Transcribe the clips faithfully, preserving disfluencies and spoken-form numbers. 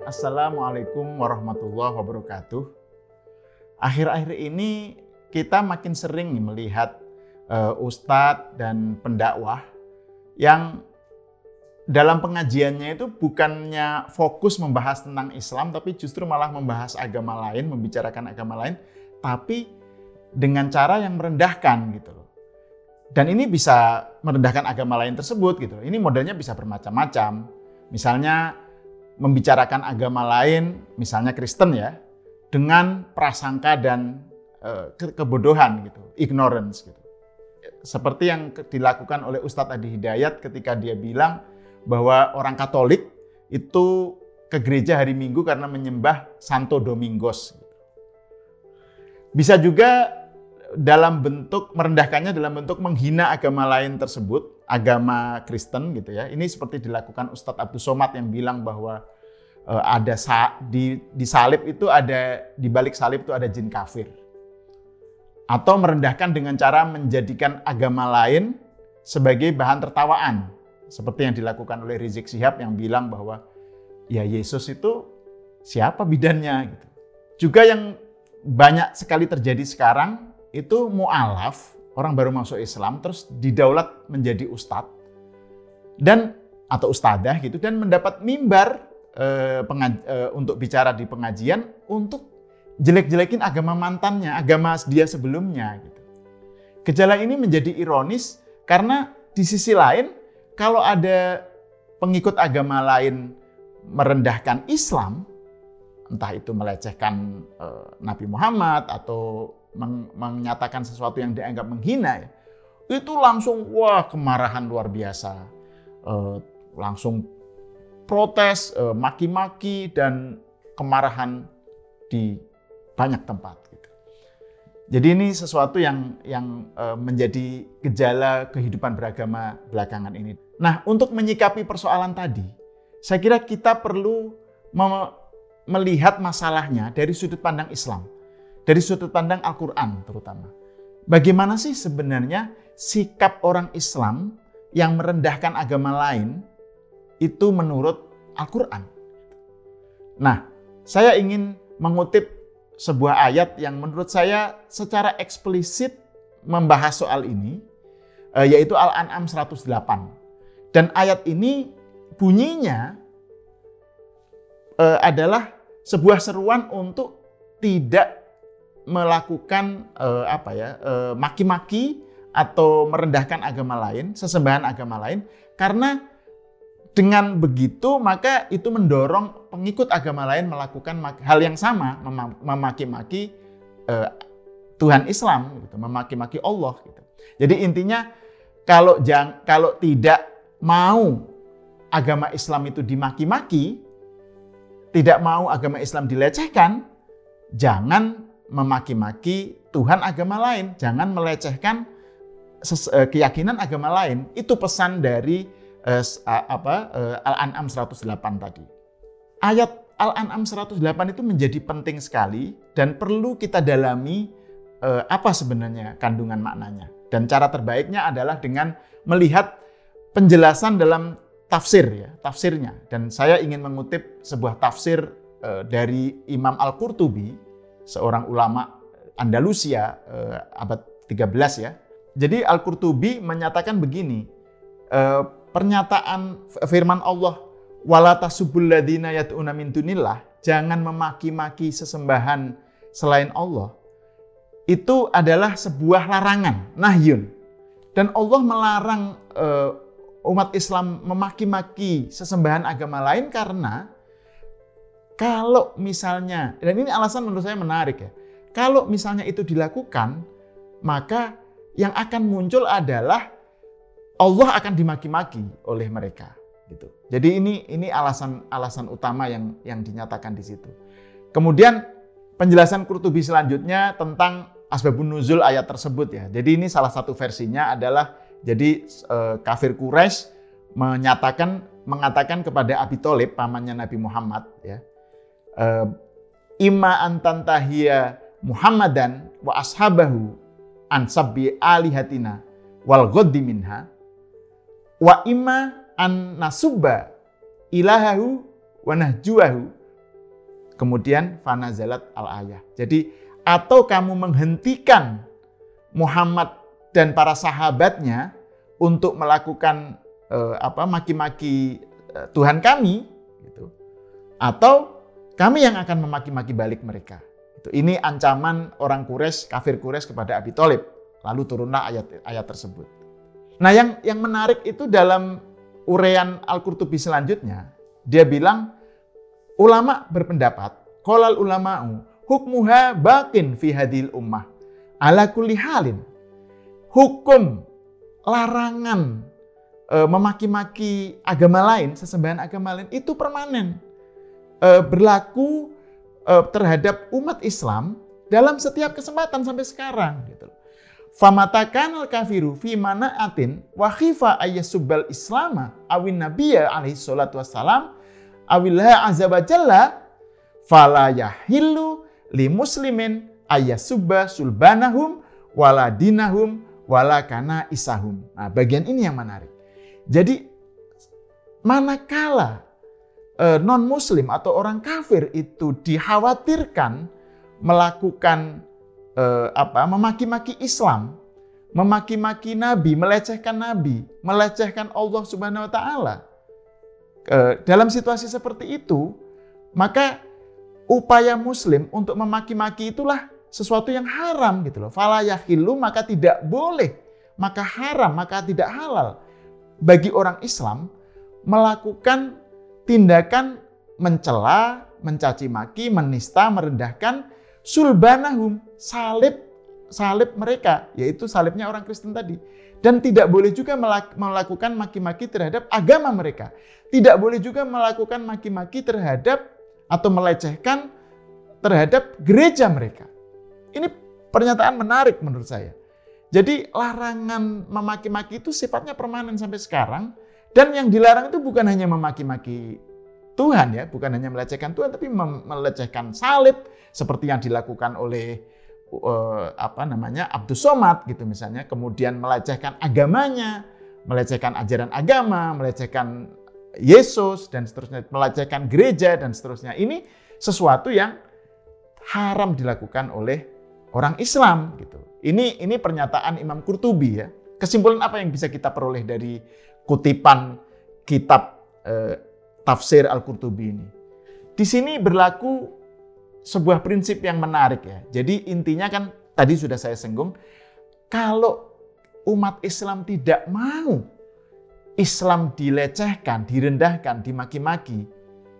Assalamualaikum warahmatullahi wabarakatuh. Akhir-akhir ini kita makin sering nih melihat uh, ustadz dan pendakwah yang dalam pengajiannya itu bukannya fokus membahas tentang Islam, tapi justru malah membahas agama lain, membicarakan agama lain, tapi dengan cara yang merendahkan gitu loh. Dan ini bisa merendahkan agama lain tersebut gitu. Ini modelnya bisa bermacam-macam. Misalnya membicarakan agama lain, misalnya Kristen ya, dengan prasangka dan e, ke kebodohan gitu, ignorance gitu. Seperti yang dilakukan oleh Ustadz Adi Hidayat ketika dia bilang bahwa orang Katolik itu ke gereja hari Minggu karena menyembah Santo Domingos. Bisa juga dalam bentuk merendahkannya dalam bentuk menghina agama lain tersebut, agama Kristen gitu ya. Ini seperti dilakukan Ustadz Abdul Somad yang bilang bahwa uh, ada sa di, di salib itu ada di balik salib itu ada jin kafir. Atau merendahkan dengan cara menjadikan agama lain sebagai bahan tertawaan, seperti yang dilakukan oleh Rizik Syihab yang bilang bahwa ya Yesus itu siapa bidannya gitu. Juga yang banyak sekali terjadi sekarang itu mu'alaf, orang baru masuk Islam terus didaulat menjadi ustadz dan atau ustadzah gitu dan mendapat mimbar eh, eh, untuk bicara di pengajian untuk jelek-jelekin agama mantannya, agama dia sebelumnya gitu. Gejala ini menjadi ironis karena di sisi lain kalau ada pengikut agama lain merendahkan Islam, entah itu melecehkan eh, Nabi Muhammad atau meng menyatakan sesuatu yang dianggap menghina, ya, itu langsung wah kemarahan luar biasa, eh, langsung protes, maki-maki eh, dan kemarahan di banyak tempat. Gitu. Jadi ini sesuatu yang yang eh, menjadi gejala kehidupan beragama belakangan ini. Nah, untuk menyikapi persoalan tadi, saya kira kita perlu me melihat masalahnya dari sudut pandang Islam. Dari sudut pandang Al-Quran terutama. Bagaimana sih sebenarnya sikap orang Islam yang merendahkan agama lain itu menurut Al-Quran? Nah, saya ingin mengutip sebuah ayat yang menurut saya secara eksplisit membahas soal ini, yaitu Al-An'am seratus delapan. Dan ayat ini bunyinya adalah sebuah seruan untuk tidak melakukan eh, apa ya eh, maki-maki atau merendahkan agama lain, sesembahan agama lain, karena dengan begitu maka itu mendorong pengikut agama lain melakukan hal yang sama, memaki-maki eh, Tuhan Islam, gitu, memaki-maki Allah. Gitu. Jadi intinya kalau jang, kalau tidak mau agama Islam itu dimaki-maki, tidak mau agama Islam dilecehkan, jangan memaki-maki Tuhan agama lain, jangan melecehkan keyakinan agama lain. Itu pesan dari uh, apa uh, Al-An'am seratus delapan tadi. Ayat Al-An'am seratus delapan itu menjadi penting sekali dan perlu kita dalami uh, apa sebenarnya kandungan maknanya. Dan cara terbaiknya adalah dengan melihat penjelasan dalam tafsir ya, tafsirnya. Dan saya ingin mengutip sebuah tafsir uh, dari Imam Al-Qurtubi, seorang ulama Andalusia eh, abad tiga belas ya. Jadi Al-Qurtubi menyatakan begini, eh, pernyataan firman Allah, wala tasubbul ladzina yad'una min dunillah, jangan memaki-maki sesembahan selain Allah. Itu adalah sebuah larangan, nahyun. Dan Allah melarang eh, umat Islam memaki-maki sesembahan agama lain karena kalau misalnya, dan ini alasan menurut saya menarik ya, kalau misalnya itu dilakukan, maka yang akan muncul adalah Allah akan dimaki-maki oleh mereka. Gitu. Jadi ini ini alasan-alasan utama yang yang dinyatakan di situ. Kemudian penjelasan Qurtubi selanjutnya tentang asbabun nuzul ayat tersebut ya. Jadi ini salah satu versinya adalah jadi eh, kafir Quraisy menyatakan mengatakan kepada Abi Thalib pamannya Nabi Muhammad ya. Uh, Ima antantahiya Muhammadan wa ashabahu an sabbi alihatina wal ghaddi minha wa imma an nasubba ilahahu wa nahjuahu Kemudian fanazalat al-ayah. Jadi atau kamu menghentikan Muhammad dan para sahabatnya untuk melakukan eh, apa maki-maki eh, Tuhan kami, gitu. Atau kami yang akan memaki-maki balik mereka. Itu ini ancaman orang Quraisy, kafir Quraisy kepada Abi Thalib. Lalu turunlah ayat-ayat tersebut. Nah, yang yang menarik itu dalam uraian Al-Qurtubi selanjutnya, dia bilang ulama berpendapat, qalal ulama'u hukmuha baqin fi hadhil ummah ala kulli halin. Hukum larangan e, memaki-maki agama lain, sesembahan agama lain itu permanen. E, berlaku e, terhadap umat Islam dalam setiap kesempatan sampai sekarang gitu. Famatakan al-kafiru fi mana'atin wa khifa ayyasubbal islama awin nabiyya alaihi salatu wassalam awillaha azza wa jalla fala yahillu li muslimin ayyasubba sulbanahum wala dinahum wala kana isahum. Nah, bagian ini yang menarik. Jadi manakala eh, non muslim atau orang kafir itu dikhawatirkan melakukan eh, apa memaki-maki Islam, memaki-maki nabi, melecehkan nabi, melecehkan Allah Subhanahu wa taala. Dalam situasi seperti itu, maka upaya muslim untuk memaki-maki itulah sesuatu yang haram gitu loh. Fala yahillu, maka tidak boleh, maka haram, maka tidak halal bagi orang Islam melakukan tindakan mencela, mencaci maki, menista, merendahkan sulbanahum, salib salib mereka, yaitu salibnya orang Kristen tadi. Dan tidak boleh juga melakukan maki-maki terhadap agama mereka. Tidak boleh juga melakukan maki-maki terhadap atau melecehkan terhadap gereja mereka. Ini pernyataan menarik menurut saya. Jadi larangan memaki-maki itu sifatnya permanen sampai sekarang. Dan yang dilarang itu bukan hanya memaki-maki Tuhan ya, bukan hanya melecehkan Tuhan, tapi melecehkan salib seperti yang dilakukan oleh uh, apa namanya Abdus Somad gitu misalnya. Kemudian melecehkan agamanya, melecehkan ajaran agama, melecehkan Yesus dan seterusnya, melecehkan gereja dan seterusnya. Ini sesuatu yang haram dilakukan oleh orang Islam gitu. Ini ini pernyataan Imam Qurtubi ya. Kesimpulan apa yang bisa kita peroleh dari kutipan kitab eh, tafsir Al-Qurtubi ini? Di sini berlaku sebuah prinsip yang menarik ya. Jadi intinya kan tadi sudah saya singgung, kalau umat Islam tidak mau Islam dilecehkan, direndahkan, dimaki-maki,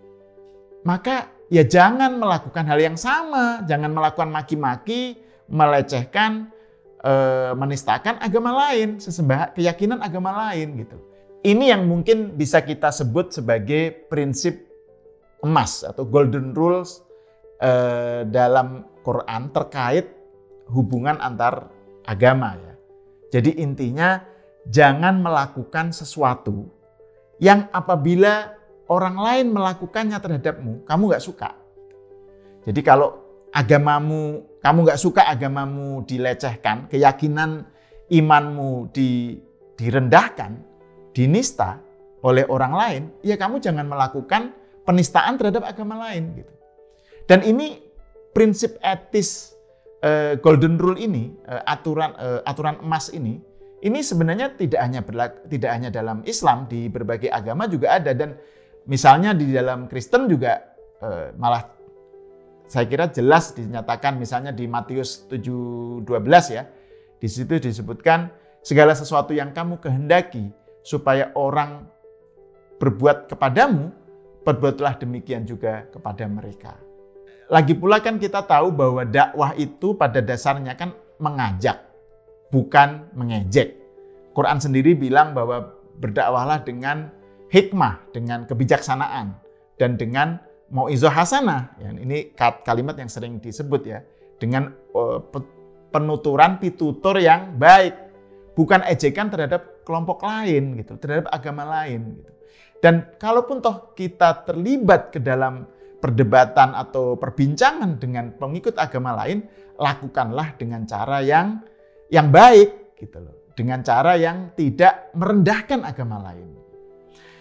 maka ya jangan melakukan hal yang sama, jangan melakukan maki-maki, melecehkan, e, menistakan agama lain, sesembah keyakinan agama lain gitu. Ini yang mungkin bisa kita sebut sebagai prinsip emas atau golden rules e, dalam Quran terkait hubungan antar agama ya. Jadi intinya jangan melakukan sesuatu yang apabila orang lain melakukannya terhadapmu, kamu nggak suka. Jadi kalau agamamu, kamu nggak suka agamamu dilecehkan, keyakinan imanmu di, direndahkan, dinista oleh orang lain, ya kamu jangan melakukan penistaan terhadap agama lain. Gitu. Dan ini prinsip etis eh, golden rule ini, eh, aturan eh, aturan emas ini, ini sebenarnya tidak hanya berlaku, tidak hanya dalam Islam, di berbagai agama juga ada. Dan misalnya di dalam Kristen juga eh, malah saya kira jelas dinyatakan misalnya di Matius tujuh dua belas ya. Di situ disebutkan segala sesuatu yang kamu kehendaki supaya orang berbuat kepadamu, perbuatlah demikian juga kepada mereka. Lagi pula kan kita tahu bahwa dakwah itu pada dasarnya kan mengajak, bukan mengejek. Quran sendiri bilang bahwa berdakwahlah dengan hikmah, dengan kebijaksanaan, dan dengan mau'izah hasanah. Ya, ini kalimat yang sering disebut ya. Dengan uh, penuturan, pitutur yang baik. Bukan ejekan terhadap kelompok lain, gitu, terhadap agama lain. Gitu. Dan kalaupun toh kita terlibat ke dalam perdebatan atau perbincangan dengan pengikut agama lain, lakukanlah dengan cara yang yang baik, gitu loh, dengan cara yang tidak merendahkan agama lain.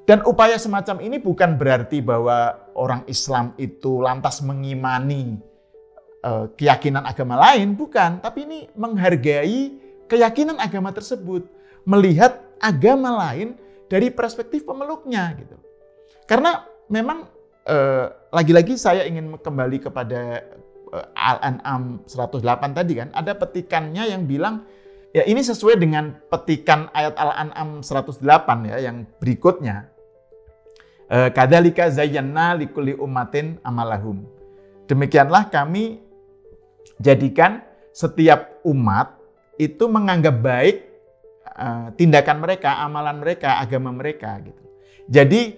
Dan upaya semacam ini bukan berarti bahwa orang Islam itu lantas mengimani uh, keyakinan agama lain, bukan. Tapi ini menghargai keyakinan agama tersebut, melihat agama lain dari perspektif pemeluknya gitu. Karena memang uh, lagi-lagi saya ingin kembali kepada uh, Al-An'am seratus delapan tadi kan, ada petikannya yang bilang, ya ini sesuai dengan petikan ayat Al-An'am seratus delapan ya yang berikutnya. Kadzalika zayyana likulli ummatin amalahum. Demikianlah kami jadikan setiap umat itu menganggap baik uh, tindakan mereka, amalan mereka, agama mereka gitu. Jadi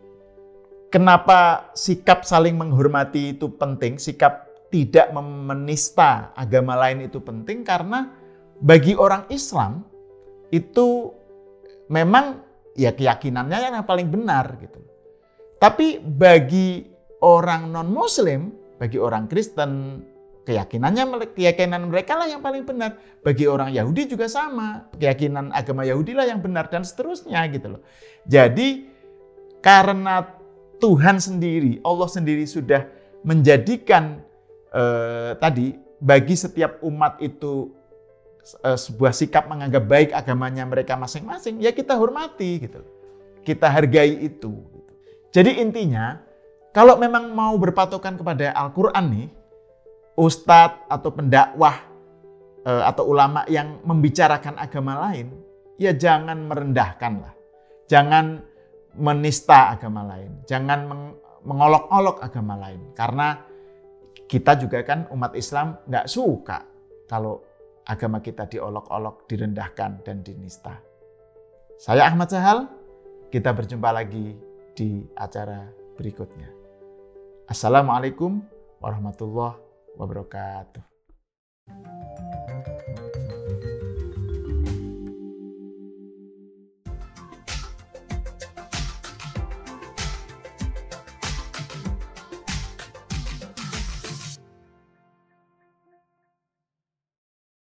kenapa sikap saling menghormati itu penting, sikap tidak menista agama lain itu penting karena bagi orang Islam itu memang ya keyakinannya yang paling benar gitu. Tapi bagi orang non-Muslim, bagi orang Kristen, keyakinannya keyakinan mereka lah yang paling benar. Bagi orang Yahudi juga sama, keyakinan agama Yahudi lah yang benar dan seterusnya gitu loh. Jadi karena Tuhan sendiri, Allah sendiri sudah menjadikan eh, tadi bagi setiap umat itu eh, sebuah sikap menganggap baik agamanya mereka masing-masing, ya kita hormati gitu. Kita hargai itu. Jadi intinya, kalau memang mau berpatokan kepada Al-Quran nih, ustadz atau pendakwah e, atau ulama yang membicarakan agama lain, ya jangan merendahkan lah. Jangan menista agama lain. Jangan meng, mengolok-olok agama lain. Karena kita juga kan umat Islam nggak suka kalau agama kita diolok-olok, direndahkan, dan dinista. Saya Ahmad Sahal, kita berjumpa lagi di acara berikutnya. Assalamualaikum warahmatullahi wabarakatuh.